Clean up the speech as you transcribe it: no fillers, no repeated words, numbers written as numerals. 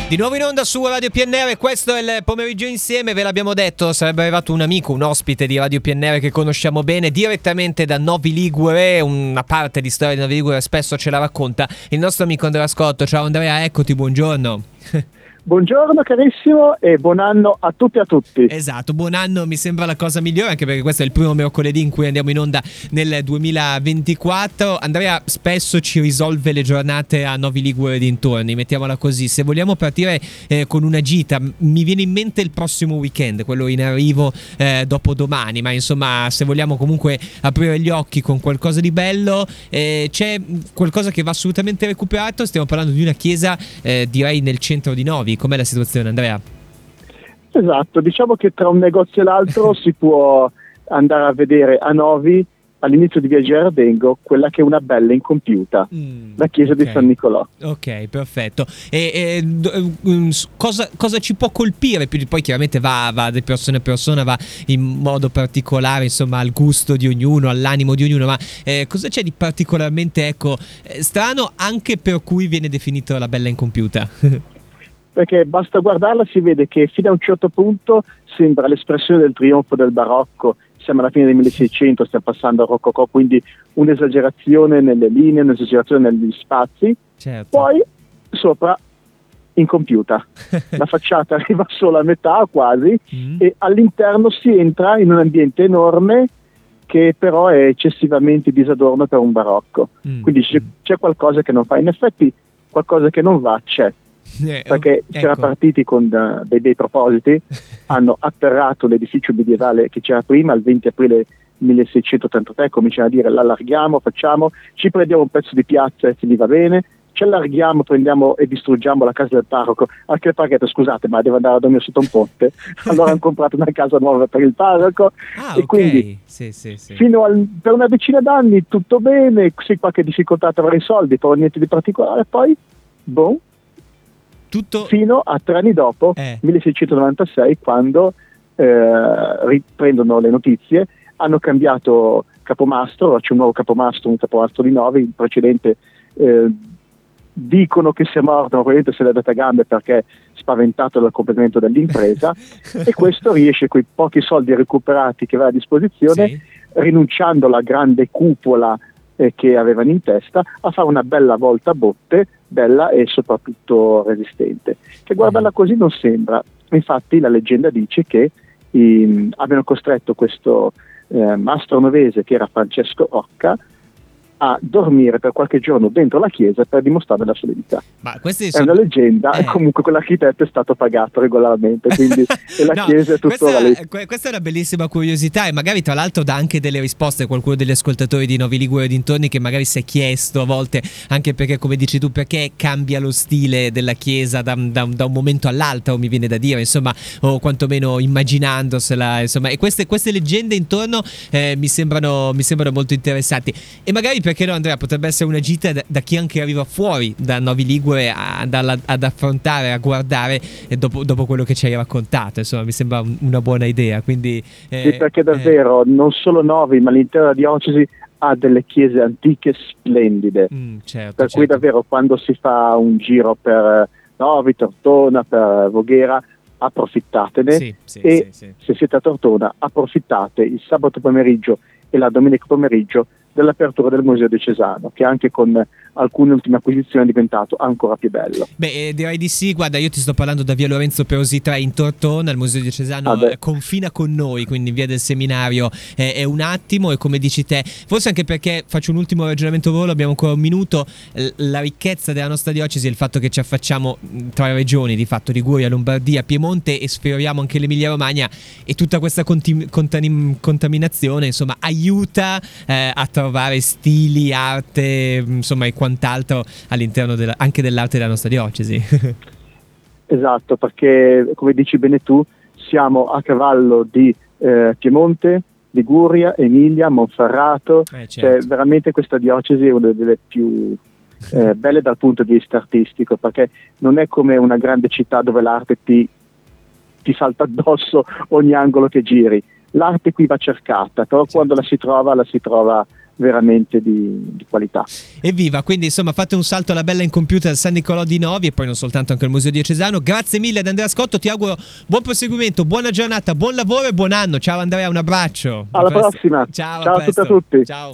Di nuovo in onda su Radio PNR, questo è il pomeriggio insieme, ve l'abbiamo detto, sarebbe arrivato un amico, un ospite di Radio PNR che conosciamo bene, direttamente da Novi Ligure, una parte di storia di Novi Ligure spesso ce la racconta, il nostro amico Andrea Scotto. Ciao Andrea, eccoti, buongiorno. Buongiorno carissimo e buon anno a tutti e a tutti. Esatto, buon anno mi sembra la cosa migliore, anche perché questo è il primo mercoledì in cui andiamo in onda nel 2024. Andrea spesso ci risolve le giornate a Novi Ligure e dintorni, mettiamola così. Se vogliamo partire con una gita, mi viene in mente il prossimo weekend, quello in arrivo dopo domani, ma insomma se vogliamo comunque aprire gli occhi con qualcosa di bello, c'è qualcosa che va assolutamente recuperato. Stiamo parlando di una chiesa direi nel centro di Novi. Com'è la situazione, Andrea? Esatto, diciamo che tra un negozio e l'altro si può andare a vedere a Novi, all'inizio di via Girardengo, quella che è una bella incompiuta, la chiesa di San Nicolò. Ok, perfetto. Cosa ci può colpire? Poi chiaramente va di persona a persona, va in modo particolare, insomma, al gusto di ognuno, all'animo di ognuno, ma cosa c'è di particolarmente, strano, anche per cui viene definito la bella incompiuta? Perché basta guardarla, si vede che fino a un certo punto sembra l'espressione del trionfo del barocco. Siamo alla fine del 1600, stiamo passando al rococò, quindi un'esagerazione nelle linee, un'esagerazione negli spazi. Certo. Poi sopra incompiuta, la facciata arriva solo a metà quasi e all'interno si entra in un ambiente enorme che però è eccessivamente disadorno per un barocco. Quindi c'è qualcosa che non fa, in effetti qualcosa che non va c'è. Perché c'era partiti con dei bei propositi, hanno atterrato l'edificio medievale che c'era prima, il 20 aprile 1683, cominciano a dire l'allarghiamo, facciamo, ci prendiamo un pezzo di piazza e finiva bene, ci allarghiamo, prendiamo e distruggiamo la casa del parroco, anche il parchetto, scusate ma devo andare a dormire sotto un ponte, allora hanno comprato una casa nuova per il parroco e quindi sì. Per una decina d'anni tutto bene, sì, qualche difficoltà a trovare i soldi, però niente di particolare, poi tutto fino a 3 anni dopo, 1696, quando riprendono le notizie, hanno cambiato capomastro, c'è un nuovo capomastro, un capomastro di Novi, il precedente dicono che sia morto, ma probabilmente se l'è data a gambe perché spaventato dal completamento dell'impresa e questo riesce con i pochi soldi recuperati che aveva a disposizione, rinunciando alla grande cupola che avevano in testa, a fare una bella volta a botte, bella e soprattutto resistente, che guardarla così non sembra. Infatti la leggenda dice che abbiano costretto questo mastro novese, che era Francesco Occa, a dormire per qualche giorno dentro la chiesa per dimostrare la solidità. Ma è una leggenda e comunque quell'architetto è stato pagato regolarmente, quindi e la chiesa è tuttora lì. Questa è una bellissima curiosità e magari tra l'altro dà anche delle risposte a qualcuno degli ascoltatori di Novi Ligure e dintorni che magari si è chiesto a volte, anche perché come dici tu, perché cambia lo stile della chiesa da un momento all'altro, mi viene da dire, insomma, o quantomeno immaginandosela, insomma, e queste leggende intorno mi sembrano molto interessanti. E magari, perché no, Andrea, potrebbe essere una gita da chi anche arriva fuori da Novi Ligure ad affrontare, a guardare dopo quello che ci hai raccontato, insomma mi sembra una buona idea, quindi sì, perché davvero non solo Novi ma l'intera diocesi ha delle chiese antiche splendide, per cui davvero quando si fa un giro per Novi, Tortona, per Voghera, approfittatene se siete a Tortona approfittate il sabato pomeriggio e la domenica pomeriggio dell'apertura del Museo Diocesano, che anche con alcune ultime acquisizioni è diventato ancora più bello. Beh, direi di sì. Guarda, io ti sto parlando da via Lorenzo Perosi 3 in Tortona, il Museo Diocesano confina con noi, quindi in via del Seminario è un attimo, e come dici te, forse anche perché faccio un ultimo ragionamento volo, abbiamo ancora un minuto, la ricchezza della nostra diocesi è il fatto che ci affacciamo tra regioni, di fatto Liguria, Lombardia, Piemonte, e sfioriamo anche l'Emilia Romagna, e tutta questa contaminazione insomma aiuta a trovare stili, arte, insomma, e quant'altro all'interno anche dell'arte della nostra diocesi. Esatto, perché come dici bene tu, siamo a cavallo di Piemonte, Liguria, Emilia, Monferrato, cioè veramente questa diocesi è una delle più belle dal punto di vista artistico, perché non è come una grande città dove l'arte ti salta addosso ogni angolo che giri. L'arte qui va cercata, però quando la si trova veramente di qualità. Evviva, quindi insomma fate un salto alla bella incompiuta al San Nicolò di Novi e poi non soltanto anche al Museo Diocesano. Grazie mille ad Andrea Scotto, ti auguro buon proseguimento, buona giornata, buon lavoro e buon anno. Ciao Andrea, un abbraccio. Alla prossima. Ciao a tutti. Ciao.